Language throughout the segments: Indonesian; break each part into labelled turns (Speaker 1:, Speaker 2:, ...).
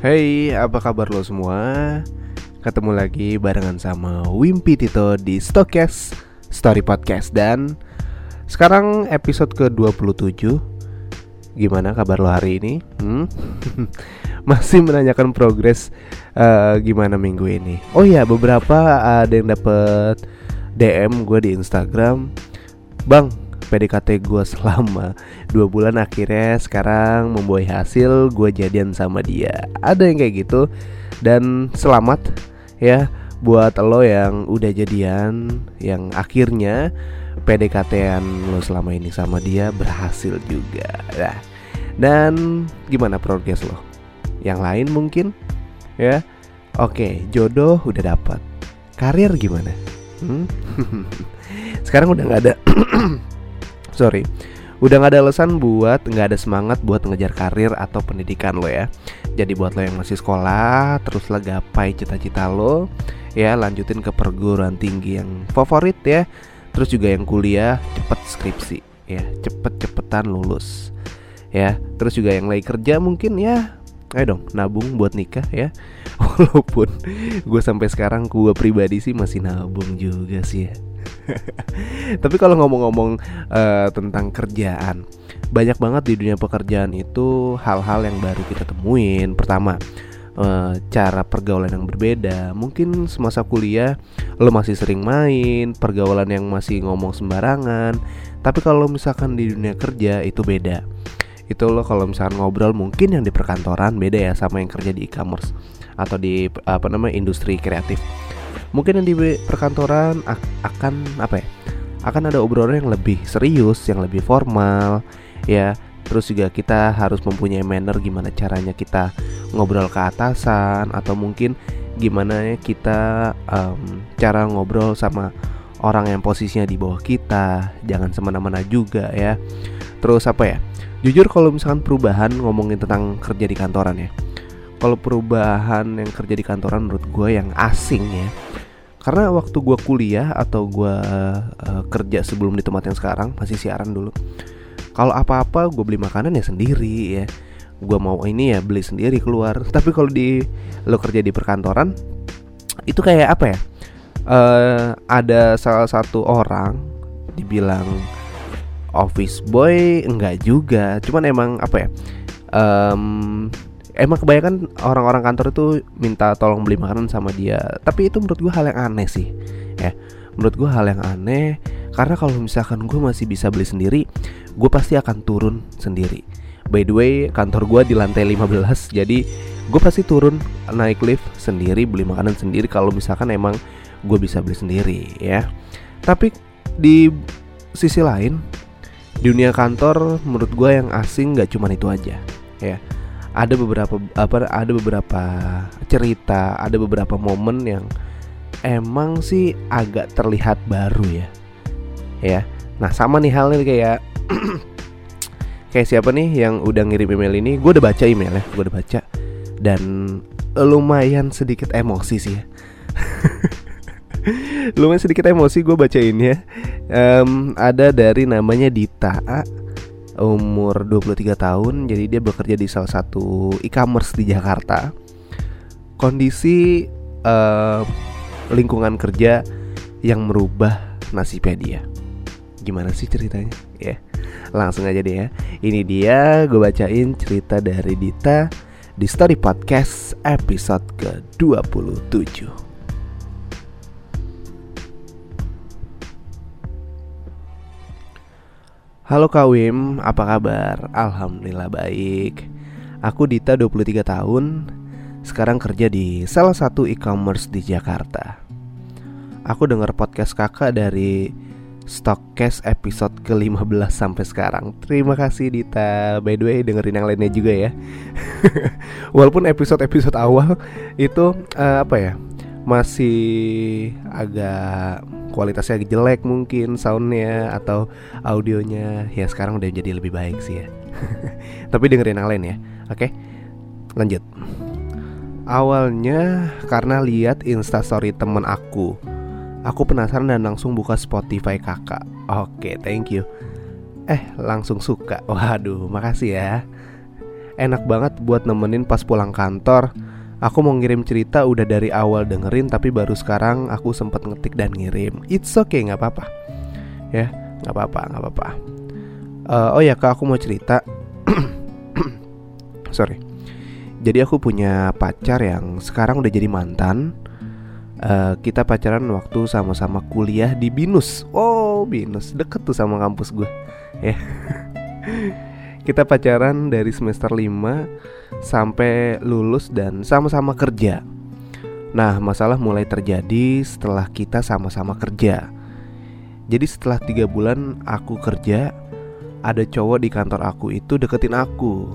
Speaker 1: Hey, apa kabar lo semua? Ketemu lagi barengan sama Wimpi Tito di Stokes Story Podcast. Dan sekarang episode ke-27. Gimana kabar lo hari ini? Masih menanyakan progres gimana minggu ini. Oh iya, beberapa ada yang dapet DM gue di Instagram, "Bang, PDKT gue selama 2 bulan akhirnya sekarang membuahai hasil, gue jadian sama dia." Ada yang kayak gitu. Dan selamat ya buat lo yang udah jadian, yang akhirnya PDKT-an lo selama ini sama dia berhasil juga. Nah, dan gimana progres lo? Yang lain mungkin ya. Oke, jodoh udah dapat. Karir gimana? Sekarang udah gak ada udah gak ada alasan buat gak ada semangat buat ngejar karir atau pendidikan lo ya. Jadi buat lo yang masih sekolah, terus lah gapai cita-cita lo ya, lanjutin ke perguruan tinggi yang favorit ya. Terus juga yang kuliah, cepet skripsi ya, cepet-cepetan lulus ya. Terus juga yang lagi kerja mungkin ya, ayo dong nabung buat nikah ya. Walaupun gue sampai sekarang, gue pribadi sih masih nabung juga sih ya. Tapi kalau ngomong-ngomong tentang kerjaan, banyak banget di dunia pekerjaan itu hal-hal yang baru kita temuin. Pertama, cara pergaulan yang berbeda. Mungkin semasa kuliah lo masih sering main, pergaulan yang masih ngomong sembarangan. Tapi kalau misalkan di dunia kerja itu beda. Itu lo kalau misalkan ngobrol mungkin yang di perkantoran beda ya sama yang kerja di e-commerce atau di industri kreatif. Mungkin yang di perkantoran akan ada obrolan yang lebih serius, yang lebih formal ya. Terus juga kita harus mempunyai manner, gimana caranya kita ngobrol ke atasan, atau mungkin gimana kita cara ngobrol sama orang yang posisinya di bawah kita. Jangan semena-mena juga ya. Terus jujur kalau misalkan perubahan, ngomongin tentang kerja di kantoran ya, kalau perubahan yang kerja di kantoran menurut gue yang asing ya. Karena waktu gue kuliah atau gue kerja sebelum di tempat yang sekarang, masih siaran dulu, kalau apa-apa gue beli makanan ya sendiri ya. Gue mau ini ya beli sendiri keluar. Tapi kalau lo kerja di perkantoran, itu kayak ada salah satu orang dibilang office boy, enggak juga. Cuman emang emang kebanyakan orang-orang kantor itu minta tolong beli makanan sama dia. Tapi itu menurut gue hal yang aneh sih ya. Menurut gue hal yang aneh, karena kalau misalkan gue masih bisa beli sendiri, gue pasti akan turun sendiri. By the way, kantor gue di lantai 15, jadi gue pasti turun, naik lift sendiri, beli makanan sendiri kalau misalkan emang gue bisa beli sendiri ya. Tapi di sisi lain, di dunia kantor menurut gue yang asing gak cuma itu aja ya. Ada beberapa cerita, ada beberapa momen yang emang sih agak terlihat baru ya. Nah, sama nih halnya kayak kayak siapa nih yang udah ngirim email ini. Gue udah baca emailnya, dan lumayan sedikit emosi sih ya. Lumayan sedikit emosi gue bacain ya. Ada dari namanya Dita, umur 23 tahun. Jadi dia bekerja di salah satu e-commerce di Jakarta. Kondisi lingkungan kerja yang merubah nasibnya dia. Gimana sih ceritanya ya? Langsung aja deh ya. Ini dia, gue bacain cerita dari Dita di Story Podcast episode ke-27. Halo Kak Wim, apa kabar? Alhamdulillah baik. Aku Dita, 23 tahun. Sekarang kerja di salah satu e-commerce di Jakarta. Aku dengar podcast kakak dari Stokes episode ke-15 sampai sekarang. Terima kasih Dita. By the way, dengerin yang lainnya juga ya. Walaupun episode-episode awal itu masih agak kualitasnya agak jelek mungkin, soundnya atau audionya. Ya sekarang udah jadi lebih baik sih ya. Tapi dengerin yang lain ya. Oke, lanjut. Awalnya karena lihat instastory temen aku penasaran dan langsung buka Spotify kakak. Oke, thank you. Langsung suka. Waduh, makasih ya. Enak banget buat nemenin pas pulang kantor. Aku mau ngirim cerita udah dari awal dengerin, tapi baru sekarang aku sempet ngetik dan ngirim. It's okay, gak apa-apa. Ya, gak apa-apa. Oh ya Kak, aku mau cerita. Sorry. Jadi aku punya pacar yang sekarang udah jadi mantan. Kita pacaran waktu sama-sama kuliah di BINUS. Oh, BINUS, deket tuh sama kampus gue. Ya. Kita pacaran dari semester 5 sampai lulus dan sama-sama kerja. Nah, masalah mulai terjadi setelah kita sama-sama kerja. Jadi setelah 3 bulan aku kerja, ada cowok di kantor aku itu deketin aku.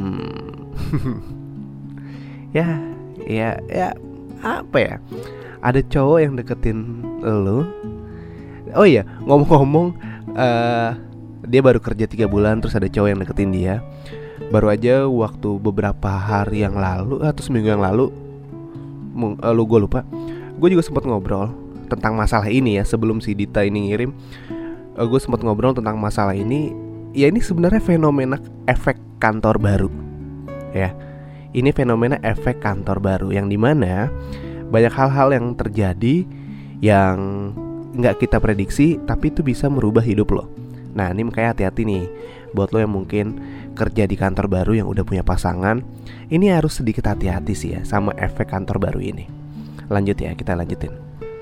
Speaker 1: Ya, apa ya? Ada cowok yang deketin lo. Oh iya, ngomong-ngomong, dia baru kerja 3 bulan, terus ada cowok yang deketin dia. Baru aja waktu beberapa hari yang lalu atau seminggu yang lalu, gue lupa, gue juga sempat ngobrol tentang masalah ini ya. Sebelum si Dita ini ngirim, gue sempat ngobrol tentang masalah ini. Ya ini sebenarnya fenomena efek kantor baru. Ya, ini fenomena efek kantor baru yang dimana banyak hal-hal yang terjadi yang nggak kita prediksi, tapi itu bisa merubah hidup lo. Nah ini makanya hati-hati nih buat lo yang mungkin kerja di kantor baru yang udah punya pasangan. Ini harus sedikit hati-hati sih ya sama efek kantor baru ini. Lanjut ya, kita lanjutin.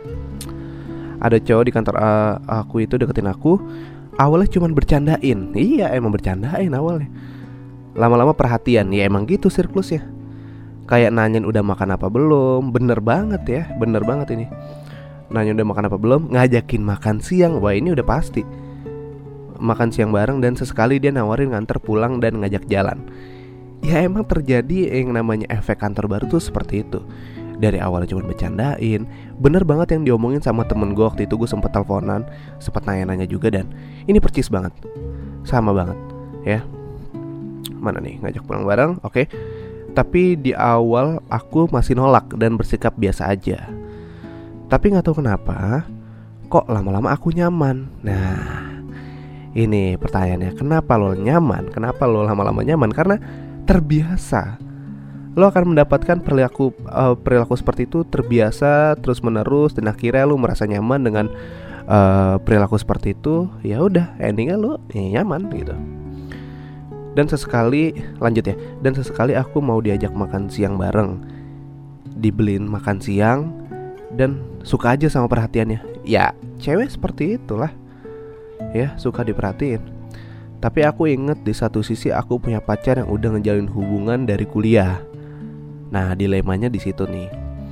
Speaker 1: Ada cowok di kantor aku itu deketin aku. Awalnya cuma bercandain. Iya emang bercandain awalnya. Lama-lama perhatian. Ya emang gitu siklusnya. Kayak nanyain udah makan apa belum. Bener banget ya, bener banget ini. Nanya udah makan apa belum, ngajakin makan siang. Wah ini udah pasti makan siang bareng, dan sesekali dia nawarin nganter pulang dan ngajak jalan. Ya emang terjadi yang namanya efek kantor baru tuh seperti itu. Dari awalnya cuma bercandain. Bener banget yang diomongin sama temen gue waktu itu. Gue sempet teleponan, sempet nanya-nanya juga, dan ini percis banget. Sama banget ya. Mana nih, ngajak pulang bareng, oke. Tapi di awal aku masih nolak dan bersikap biasa aja. Tapi gak tahu kenapa kok lama-lama aku nyaman. Nah ini pertanyaannya, kenapa lo nyaman? Kenapa lo lama-lama nyaman? Karena terbiasa. Lo akan mendapatkan perilaku seperti itu, terbiasa terus menerus, dan akhirnya lo merasa nyaman dengan perilaku seperti itu. Ya udah, endingnya lo nyaman gitu. Dan sesekali, lanjut ya. Dan sesekali aku mau diajak makan siang bareng, dibeliin makan siang, dan suka aja sama perhatiannya. Ya cewek seperti itulah. Ya suka diperhatiin. Tapi aku inget di satu sisi aku punya pacar yang udah ngejalin hubungan dari kuliah. Nah dilemanya di situ nih.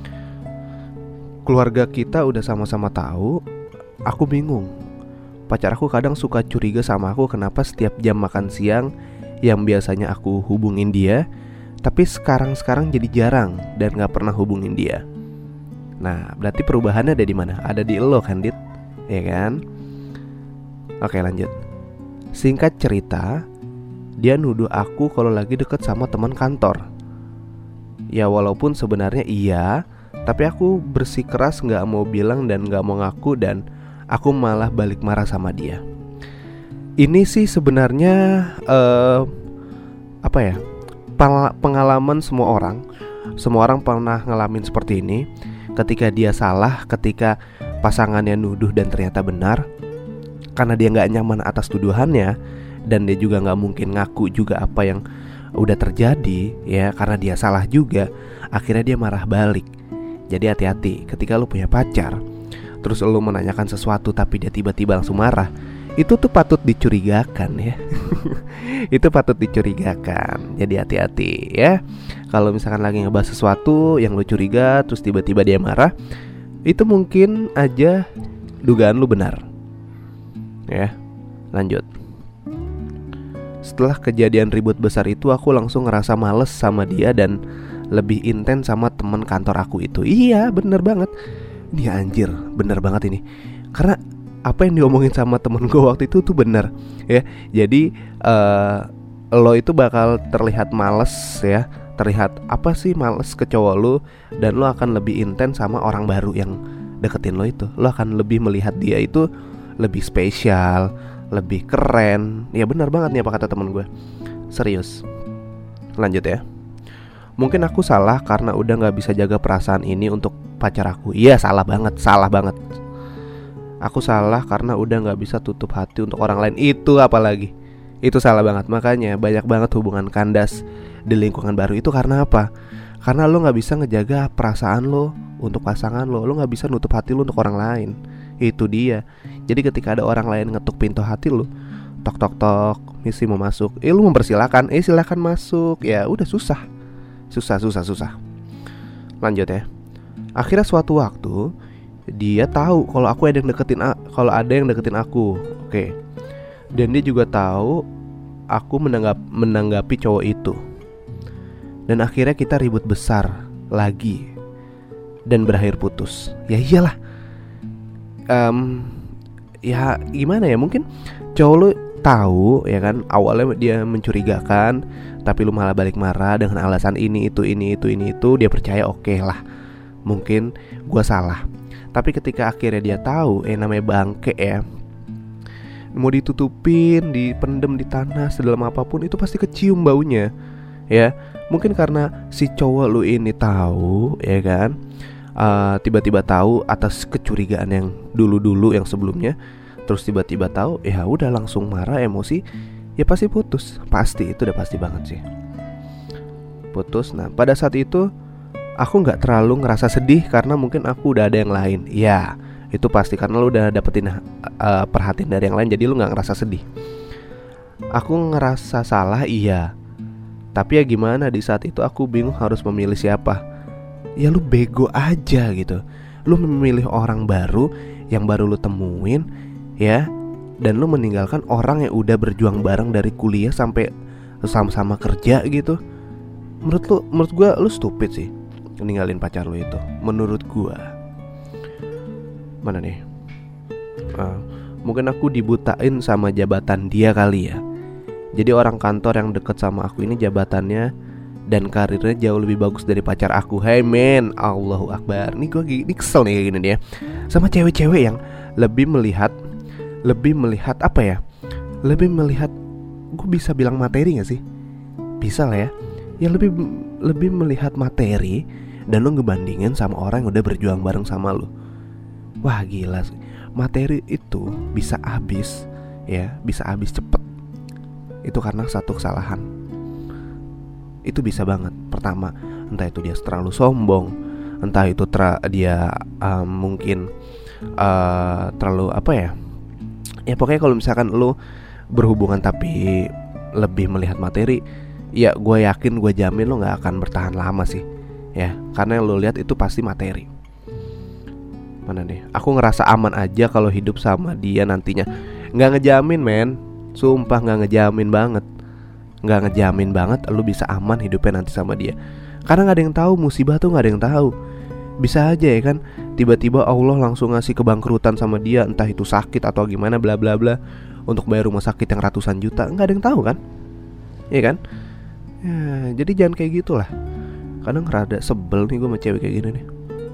Speaker 1: Keluarga kita udah sama-sama tahu. Aku bingung. Pacar aku kadang suka curiga sama aku kenapa setiap jam makan siang yang biasanya aku hubungin dia, tapi sekarang jadi jarang dan gak pernah hubungin dia. Nah berarti perubahannya ada di mana? Ada di elo kan Dit? Ya kan? Oke lanjut. Singkat cerita, dia nuduh aku kalau lagi deket sama teman kantor. Ya walaupun sebenarnya iya, tapi aku bersikeras gak mau bilang dan gak mau ngaku, dan aku malah balik marah sama dia. Ini sih sebenarnya pengalaman semua orang. Semua orang pernah ngalamin seperti ini. Ketika dia salah, ketika pasangannya nuduh dan ternyata benar, karena dia gak nyaman atas tuduhannya, dan dia juga gak mungkin ngaku juga apa yang udah terjadi, ya karena dia salah juga. Akhirnya dia marah balik. Jadi hati-hati ketika lu punya pacar, terus lu menanyakan sesuatu tapi dia tiba-tiba langsung marah. Itu tuh patut dicurigakan ya. Itu patut dicurigakan. Jadi hati-hati ya. Kalau misalkan lagi ngebahas sesuatu yang lu curiga, terus tiba-tiba dia marah, itu mungkin aja dugaan lu benar. Ya, lanjut. Setelah kejadian ribut besar itu, aku langsung ngerasa males sama dia dan lebih intens sama teman kantor aku itu. Iya bener banget. Ini anjir, bener banget ini. Karena apa yang diomongin sama temen gue waktu itu tuh bener ya. Jadi lo itu bakal terlihat males ya. Terlihat apa sih males ke cowok lo, dan lo akan lebih intens sama orang baru yang deketin lo itu. Lo akan lebih melihat dia itu lebih spesial, lebih keren. Ya benar banget nih apa kata temen gue. Serius. Lanjut ya. Mungkin aku salah karena udah gak bisa jaga perasaan ini untuk pacar aku. Iya, salah banget, salah banget. Aku salah karena udah gak bisa tutup hati untuk orang lain. Itu apalagi, itu salah banget. Makanya banyak banget hubungan kandas di lingkungan baru itu karena apa? Karena lo gak bisa ngejaga perasaan lo untuk pasangan lo. Lo gak bisa nutup hati lo untuk orang lain. Itu dia. Jadi ketika ada orang lain ngetuk pintu hati lo, tok tok tok, misi mau masuk, lu mempersilahkan, silakan masuk. Ya udah, susah. Lanjut ya. Akhirnya suatu waktu dia tahu kalau ada yang deketin aku. Oke. Dan dia juga tahu aku menanggapi cowok itu. Dan akhirnya kita ribut besar lagi dan berakhir putus. Ya iyalah. Ya gimana ya, mungkin cowok lu tahu ya kan, awalnya dia mencurigakan, tapi lu malah balik marah dengan alasan ini itu. Dia percaya, oke lah, mungkin gua salah. Tapi ketika akhirnya dia tahu namanya bangke ya, mau ditutupin, dipendem di tanah sedalam apapun itu pasti kecium baunya. Ya, mungkin karena si cowok lu ini tahu ya kan, tiba-tiba tahu atas kecurigaan yang dulu yang sebelumnya. Terus tiba-tiba tahu, ya udah langsung marah, emosi, ya pasti putus. Pasti, itu udah pasti banget sih. Putus. Nah pada saat itu aku gak terlalu ngerasa sedih karena mungkin aku udah ada yang lain. Ya itu pasti, karena lu udah dapetin perhatian dari yang lain, jadi lu gak ngerasa sedih. Aku ngerasa salah, iya. Tapi ya gimana, di saat itu aku bingung harus memilih siapa. Ya lu bego aja gitu. Lu memilih orang baru yang baru lu temuin ya, dan lu meninggalkan orang yang udah berjuang bareng dari kuliah sampai sama-sama kerja gitu. Menurut gua lu stupid sih ninggalin pacar lu itu. Menurut gua. Mana nih? Mungkin aku dibutain sama jabatan dia kali ya. Jadi orang kantor yang deket sama aku ini jabatannya dan karirnya jauh lebih bagus dari pacar aku. Hey man, Allahu Akbar. Nih gua kesel nih kayak gini dia. Sama cewek-cewek yang lebih melihat apa ya? Lebih melihat, gue bisa bilang materi gak sih? Bisa lah ya. Yang lebih melihat materi dan lo ngebandingin sama orang yang udah berjuang bareng sama lo. Wah gila sih. Materi itu bisa habis ya, bisa habis cepet. Itu karena satu kesalahan. Itu bisa banget. Pertama, entah itu dia terlalu sombong, entah itu dia mungkin terlalu apa ya. Ya pokoknya kalau misalkan lo berhubungan tapi lebih melihat materi, ya gue yakin, gue jamin lo gak akan bertahan lama sih. Ya, karena yang lo lihat itu pasti materi. Mana nih? Aku ngerasa aman aja kalau hidup sama dia nantinya. Gak ngejamin men. Sumpah gak ngejamin banget. Gak ngejamin banget lo bisa aman hidupnya nanti sama dia. Karena gak ada yang tahu, musibah tuh gak ada yang tahu. Bisa aja ya kan, tiba-tiba Allah langsung ngasih kebangkrutan sama dia, entah itu sakit atau gimana bla bla bla, untuk bayar rumah sakit yang ratusan juta. Nggak ada yang tahu kan, iya kan? Ya, jadi jangan kayak gitulah. Kadang rada sebel nih gue sama cewek kayak gini nih.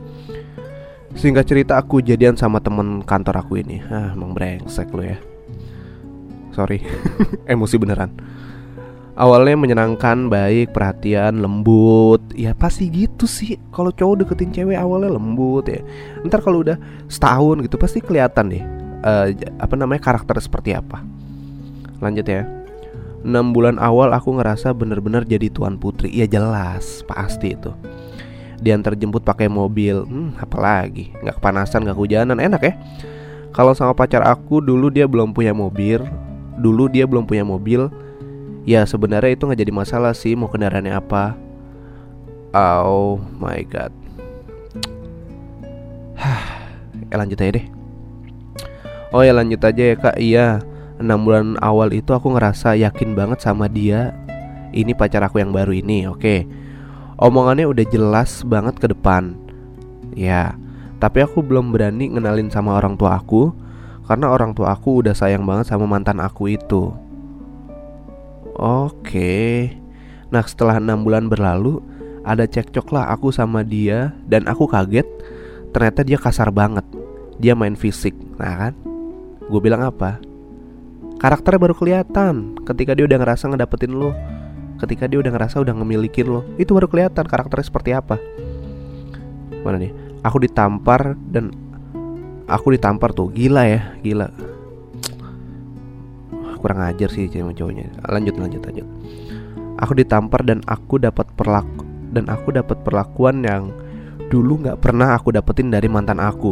Speaker 1: Singkat cerita, aku jadian sama temen kantor aku ini. Emang brengsek lo ya. Sorry, emosi beneran. Awalnya menyenangkan, baik, perhatian, lembut. Ya pasti gitu sih. Kalau cowok deketin cewek awalnya lembut ya. Ntar kalau udah setahun gitu pasti kelihatan deh karakter seperti apa. Lanjut ya. 6 bulan awal aku ngerasa bener-bener jadi tuan putri. Ya jelas, pasti itu. Diantar jemput pakai mobil. Apalagi, gak kepanasan, gak kehujanan, enak ya. Kalau sama pacar aku dulu dia belum punya mobil. Ya sebenarnya itu gak jadi masalah sih, mau kendaraannya apa. Oh my god. Lanjut aja deh. Oh ya lanjut aja ya kak. Iya, 6 bulan awal itu aku ngerasa yakin banget sama dia. Ini pacar aku yang baru ini, oke. Omongannya udah jelas banget ke depan. Ya, tapi aku belum berani ngenalin sama orang tua aku, karena orang tua aku udah sayang banget sama mantan aku itu. Oke. Nah setelah 6 bulan berlalu, ada cekcok lah aku sama dia. Dan aku kaget, ternyata dia kasar banget. Dia main fisik. Nah kan, gue bilang apa? Karakternya baru kelihatan ketika dia udah ngerasa ngedapetin lo. ketika dia udah ngerasa udah ngemilikin lo, itu baru kelihatan karakternya seperti apa. Mana nih? Aku ditampar tuh, gila ya, gila. Kurang ajar sih cowoknya. Lanjut. Aku ditampar dan aku dapat perlakuan yang dulu nggak pernah aku dapetin dari mantan aku.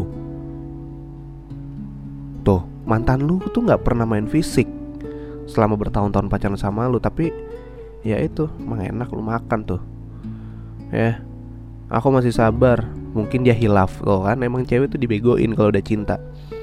Speaker 1: Tuh, mantan lu tuh nggak pernah main fisik selama bertahun-tahun pacaran sama lu, tapi ya itu, emang enak lu makan tuh. Ya, aku masih sabar. Mungkin dia hilaf loh kan, emang cewek tuh dibegoin kalau udah cinta.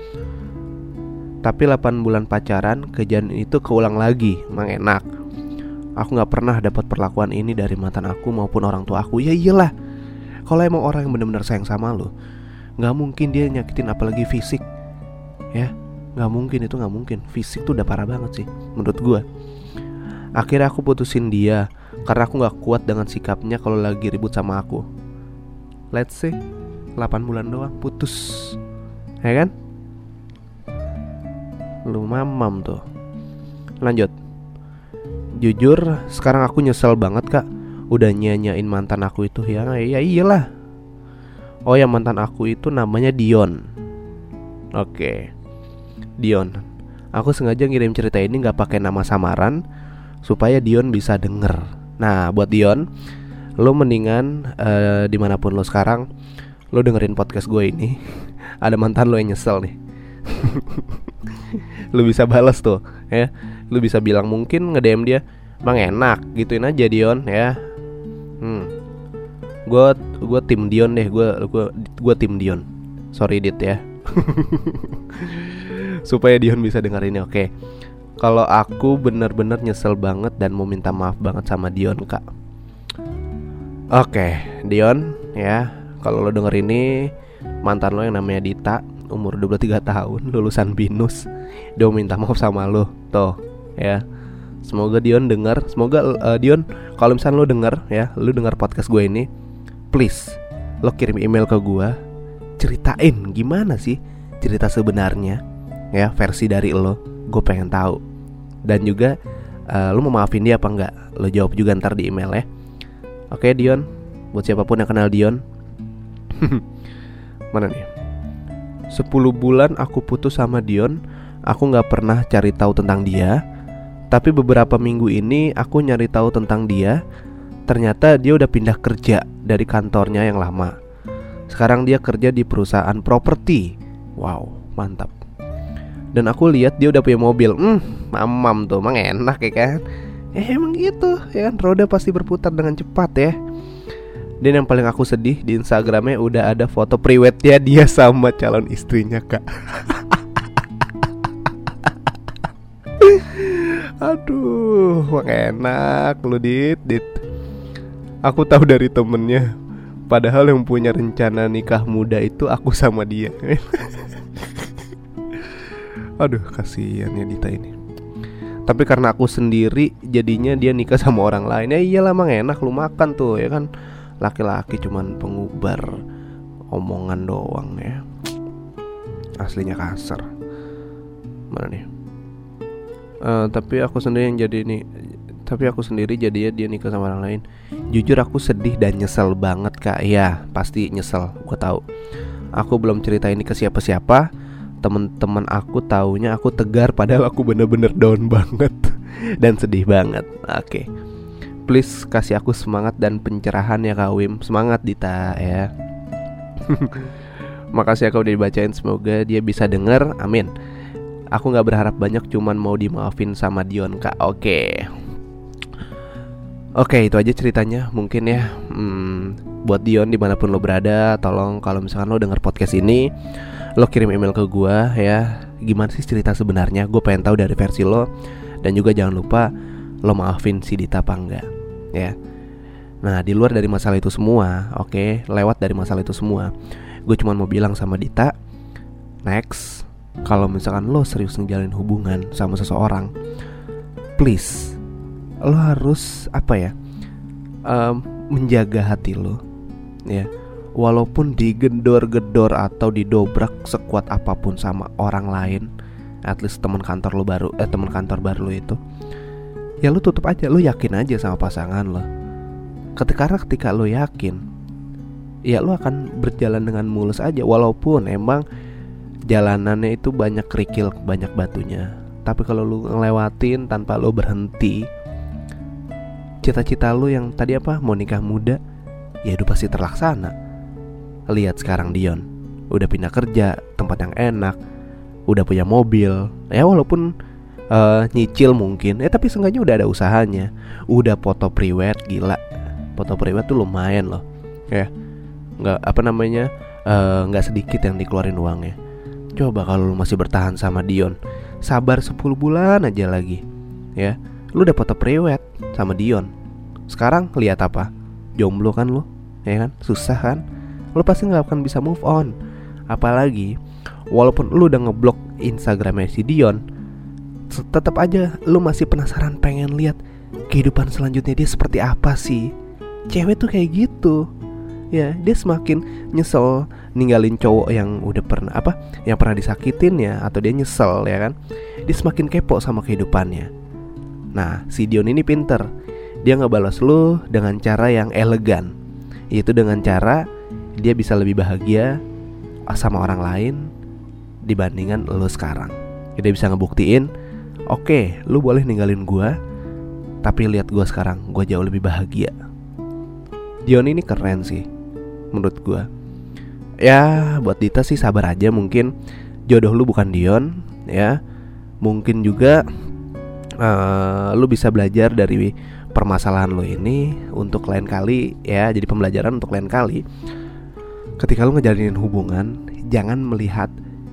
Speaker 1: Tapi 8 bulan pacaran, kejadian itu keulang lagi. Emang enak. Aku gak pernah dapat perlakuan ini dari mantan aku maupun orang tua aku. Ya iyalah, kalau emang orang yang benar-benar sayang sama lo, gak mungkin dia nyakitin apalagi fisik. Ya, gak mungkin, itu gak mungkin. Fisik tuh udah parah banget sih menurut gue. Akhirnya aku putusin dia karena aku gak kuat dengan sikapnya kalau lagi ribut sama aku. Let's say 8 bulan doang putus, ya kan? Lu mamam tuh. Lanjut. Jujur sekarang aku nyesel banget kak, udah nyanyain mantan aku itu. Ya iyalah. Oh ya, mantan aku itu namanya Dion. Oke, Dion. Aku sengaja ngirim cerita ini gak pakai nama samaran supaya Dion bisa denger. Nah buat Dion, lo mendingan dimanapun lo sekarang, lo dengerin podcast gue ini. Ada mantan lo yang nyesel nih. Lo bisa balas tuh ya. Lo bisa bilang, mungkin nge-DM dia, "Bang enak, gituin aja Dion ya." Gue tim Dion deh. Gue tim Dion. Sorry Dit ya. Supaya Dion bisa denger ini. Oke. Kalau aku bener-bener nyesel banget dan mau minta maaf banget sama Dion kak. Oke, Dion ya, kalau lo denger ini, mantan lo yang namanya Dita, umur 23 tahun, lulusan BINUS, dia minta maaf sama lo. Tuh ya. Semoga Dion denger. Semoga Dion, kalau misalnya lo denger ya, lo denger podcast gue ini, please lo kirim email ke gue, ceritain gimana sih cerita sebenarnya ya, versi dari lo. Gue pengen tahu. Dan juga lo mau maafin dia apa enggak, lo jawab juga ntar di email ya. Oke Dion, buat siapapun yang kenal Dion. Mana nih? 10 bulan aku putus sama Dion. Aku gak pernah cari tahu tentang dia. Tapi beberapa minggu ini aku nyari tahu tentang dia. Ternyata dia udah pindah kerja dari kantornya yang lama. Sekarang dia kerja di perusahaan properti. Wow, mantap. Dan aku lihat dia udah punya mobil. Mamam tuh, emang enak ya kan. Emang gitu ya kan, roda pasti berputar dengan cepat ya. Dan yang paling aku sedih, di Instagramnya udah ada foto priwetnya dia sama calon istrinya kak. Aduh, emang enak lu Dit. Aku tahu dari temennya, padahal yang punya rencana nikah muda itu aku sama dia. Aduh, kasihan ya Dita ini. Tapi karena aku sendiri, jadinya dia nikah sama orang lain. Ya iyalah, emang enak lu makan tuh ya kan. Laki-laki cuman pengubar omongan doang ya. Aslinya kasar. Mana nih? Tapi aku sendiri jadinya dia nikah sama orang lain. Jujur aku sedih dan nyesel banget kak. Ya pasti nyesel, gue tahu. Aku belum cerita ini ke siapa-siapa. Temen-temen aku taunya aku tegar, padahal aku bener-bener down banget dan sedih banget. Oke. Please kasih aku semangat dan pencerahan ya Kak Wim. Semangat Dita ya. Makasih ya kau udah dibacain. Semoga dia bisa denger, amin. Aku gak berharap banyak, cuman mau dimaafin sama Dion kak. Oke, itu aja ceritanya mungkin ya. Buat Dion dimanapun lo berada, tolong kalau misalkan lo denger podcast ini, lo kirim email ke gua ya. Gimana sih cerita sebenarnya, gue pengen tahu dari versi lo. Dan juga jangan lupa lo maafin si Dita apa enggak ya. Nah di luar dari masalah itu semua, lewat dari masalah itu semua, gue cuma mau bilang sama Dita, next, kalau misalkan lo serius ngejalin hubungan sama seseorang, please, lo harus menjaga hati lo ya. Walaupun digedor-gedor atau didobrak sekuat apapun sama orang lain, at least teman kantor baru lo itu, ya lu tutup aja, lu yakin aja sama pasangan lo. Ketika lu yakin, ya lu akan berjalan dengan mulus aja. Walaupun emang jalanannya itu banyak kerikil, banyak batunya, tapi kalau lu ngelewatin tanpa lu berhenti, cita-cita lu yang tadi mau nikah muda, ya itu pasti terlaksana. Lihat sekarang Dion, udah pindah kerja, tempat yang enak, udah punya mobil. Ya walaupun nyicil mungkin, tapi seenggaknya udah ada usahanya. Udah foto priwet, gila. Foto priwet tuh lumayan loh. Ya, nggak sedikit yang dikeluarin uangnya. Coba kalau lu masih bertahan sama Dion, sabar 10 bulan aja lagi. Ya, lu udah foto priwet sama Dion. Sekarang lihat apa? Jomblo kan lu, ya kan? Susah kan? Lu pasti gak akan bisa move on. Apalagi walaupun lu udah ngeblok Instagramnya si Dion, tetap aja lu masih penasaran, pengen lihat kehidupan selanjutnya dia seperti apa sih. Cewek tuh kayak gitu. Ya, dia semakin nyesel ninggalin cowok yang udah yang pernah disakitin ya, atau dia nyesel ya kan. Dia semakin kepo sama kehidupannya. Nah, si Dion ini pinter. Dia ngebalas lu dengan cara yang elegan, yaitu dengan cara dia bisa lebih bahagia sama orang lain dibandingkan lu sekarang. Dia bisa ngebuktiin, oke, lu boleh ninggalin gua, tapi lihat gua sekarang, gua jauh lebih bahagia. Dion ini keren sih menurut gua. Ya buat Dita sih sabar aja, mungkin jodoh lu bukan Dion ya. Mungkin juga lu bisa belajar dari permasalahan lo ini untuk lain kali ya, jadi pembelajaran untuk lain kali. Ketika lo ngejalanin hubungan, jangan melihat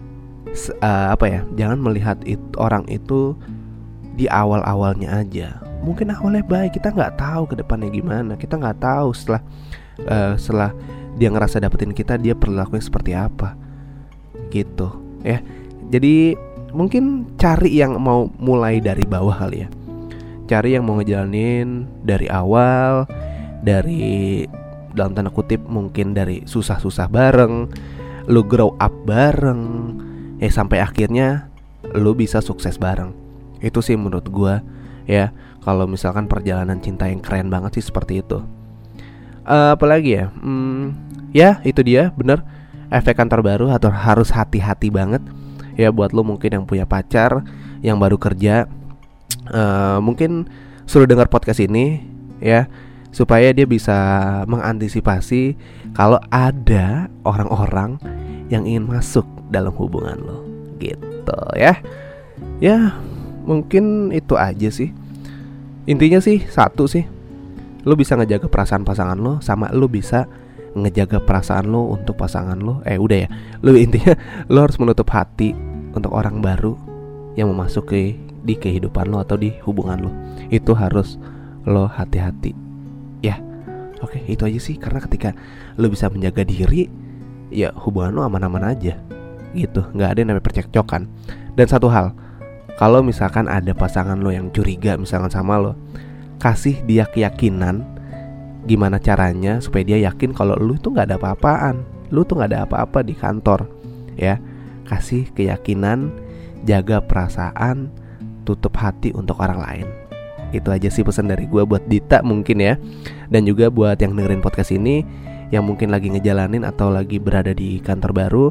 Speaker 1: jangan melihat orang itu di awal-awalnya aja. Mungkin awalnya baik, kita nggak tahu ke depannya gimana. Kita nggak tahu setelah dia ngerasa dapetin kita, dia perilakunya seperti apa gitu ya. Jadi mungkin cari yang mau mulai dari bawah kali ya. Cari yang mau ngejalanin dari awal, dari dalam tanda kutip mungkin dari susah-susah bareng, lu grow up bareng, sampai akhirnya lu bisa sukses bareng. Itu sih menurut gua ya. Kalau misalkan perjalanan cinta yang keren banget sih seperti itu. Apalagi ya, ya itu dia bener, efek kantor baru atau harus hati-hati banget ya buat lu mungkin yang punya pacar, yang baru kerja. Mungkin suruh dengar podcast ini ya, supaya dia bisa mengantisipasi kalau ada orang-orang yang ingin masuk dalam hubungan lo gitu ya. Ya mungkin itu aja sih. Intinya sih satu sih, lo bisa ngejaga perasaan pasangan lo, sama lo bisa ngejaga perasaan lo untuk pasangan lo. Udah ya, lo intinya lo harus menutup hati untuk orang baru yang mau masuk di kehidupan lo atau di hubungan lo. Itu harus lo hati-hati ya. Oke, itu aja sih. Karena ketika lo bisa menjaga diri, ya hubungan lo aman-aman aja gitu, gak ada yang namanya percekcokan. Dan satu hal, kalau misalkan ada pasangan lo yang curiga misalkan sama lo, kasih dia keyakinan. Gimana caranya supaya dia yakin kalau lo itu gak ada apa-apaan, lo tuh gak ada apa-apa di kantor ya. Kasih keyakinan, jaga perasaan, tutup hati untuk orang lain. Itu aja sih pesan dari gue buat Dita mungkin ya. Dan juga buat yang dengerin podcast ini, yang mungkin lagi ngejalanin atau lagi berada di kantor baru,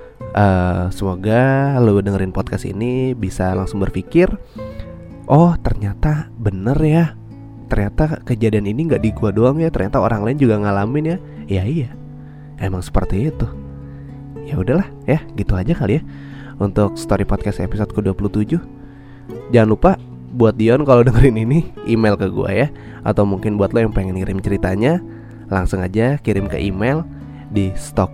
Speaker 1: semoga lo dengerin podcast ini bisa langsung berpikir, oh ternyata bener ya, ternyata kejadian ini gak di gue doang ya, ternyata orang lain juga ngalamin ya. Ya iya, emang seperti itu. Ya udahlah ya, gitu aja kali ya untuk Story Podcast episode ke-27. Jangan lupa buat Dion kalau dengerin ini, email ke gue ya. Atau mungkin buat lo yang pengen ngirim ceritanya, langsung aja kirim ke email di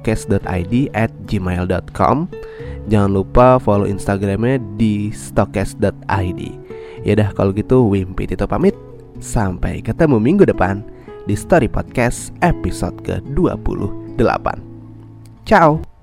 Speaker 1: stokes.id@gmail.com. Jangan lupa follow Instagramnya di stokes.id. Yaudah kalau gitu, Wimpi Tito pamit. Sampai ketemu minggu depan di Story Podcast episode ke-28. Ciao.